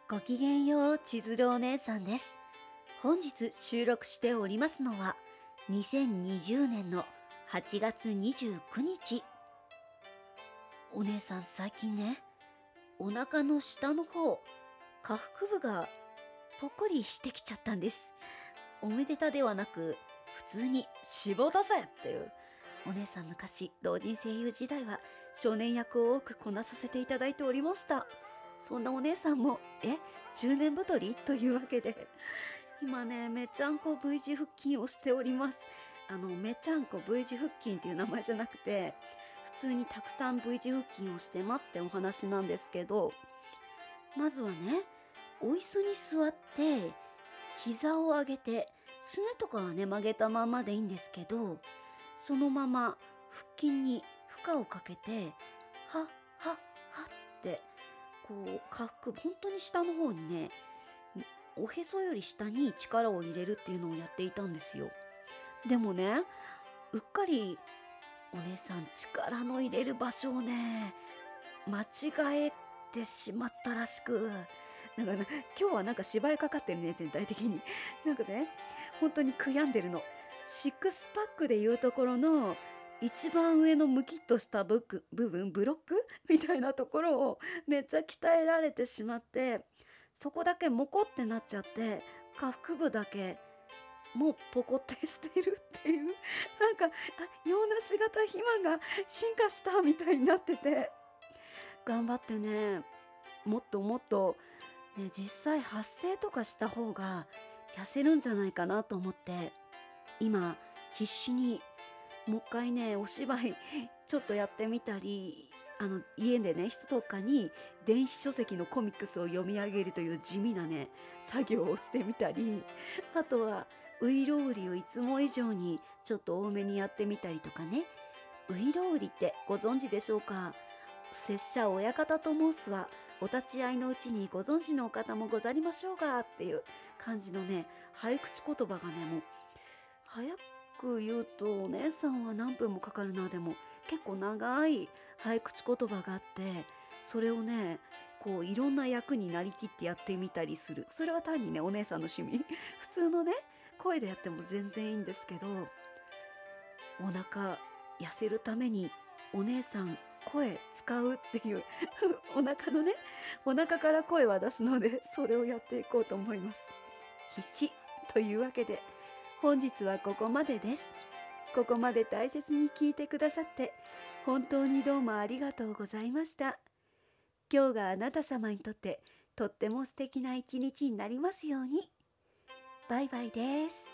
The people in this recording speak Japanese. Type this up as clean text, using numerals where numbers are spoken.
ごきげんよう、千鶴お姉さんです。本日収録しておりますのは、2020年の8月29日。お姉さん最近ね、お腹の下の方、下腹部がぽっこりしてきちゃったんです。おめでたではなく、普通に脂肪だぜっていう。お姉さん昔、同人声優時代は少年役を多くこなさせていただいておりました。そんなお姉さんも、中年太りというわけで、今ね、めちゃんこ V 字腹筋をしております。めちゃんこ V 字腹筋っていう名前じゃなくて、普通にたくさん V 字腹筋をしてますってお話なんですけど、まずはね、お椅子に座って、膝を上げて、すねとかはね、曲げたままでいいんですけど、そのまま腹筋に負荷をかけて、はっはっはって、こう、下腹部、本当に下の方にね、おへそより下に力を入れるっていうのをやっていたんですよ。でもね、うっかりお姉さん力の入れる場所をね、間違えてしまったらしく、なんかね、今日はなんか芝居かかってるね、全体的に。なんかね、本当に悔やんでるの。シックスパックでいうところの一番上のムキッとした部分、ブロックみたいなところをめっちゃ鍛えられてしまって、そこだけモコってなっちゃって、下腹部だけもうポコってしてるっていう、なんか、洋梨型肥満が進化したみたいになってて、頑張ってね、もっともっと、ね、実際発声とかした方が痩せるんじゃないかなと思って、今、必死にもう一回ね、お芝居ちょっとやってみたり、家でね、密かに電子書籍のコミックスを読み上げるという地味なね、作業をしてみたり、あとは、ういろうりをいつも以上にちょっと多めにやってみたりとかね。ういろうりってご存知でしょうか？拙者親方と申すは、お立ち会いのうちにご存知のお方もござりましょうがっていう感じのね、早口言葉がね、もう早く言うとお姉さんは何分もかかるな。でも結構長い早口言葉があって、それをね、こういろんな役になりきってやってみたりする。それは単にね、お姉さんの趣味。普通のね、声でやっても全然いいんですけど、お腹痩せるためにお姉さん声使うっていうお腹のね、お腹から声は出すので、それをやっていこうと思います。必死というわけで、本日はここまでです。ここまで大切に聞いてくださって本当にどうもありがとうございました。今日があなた様にとってとっても素敵な一日になりますように。バイバイです。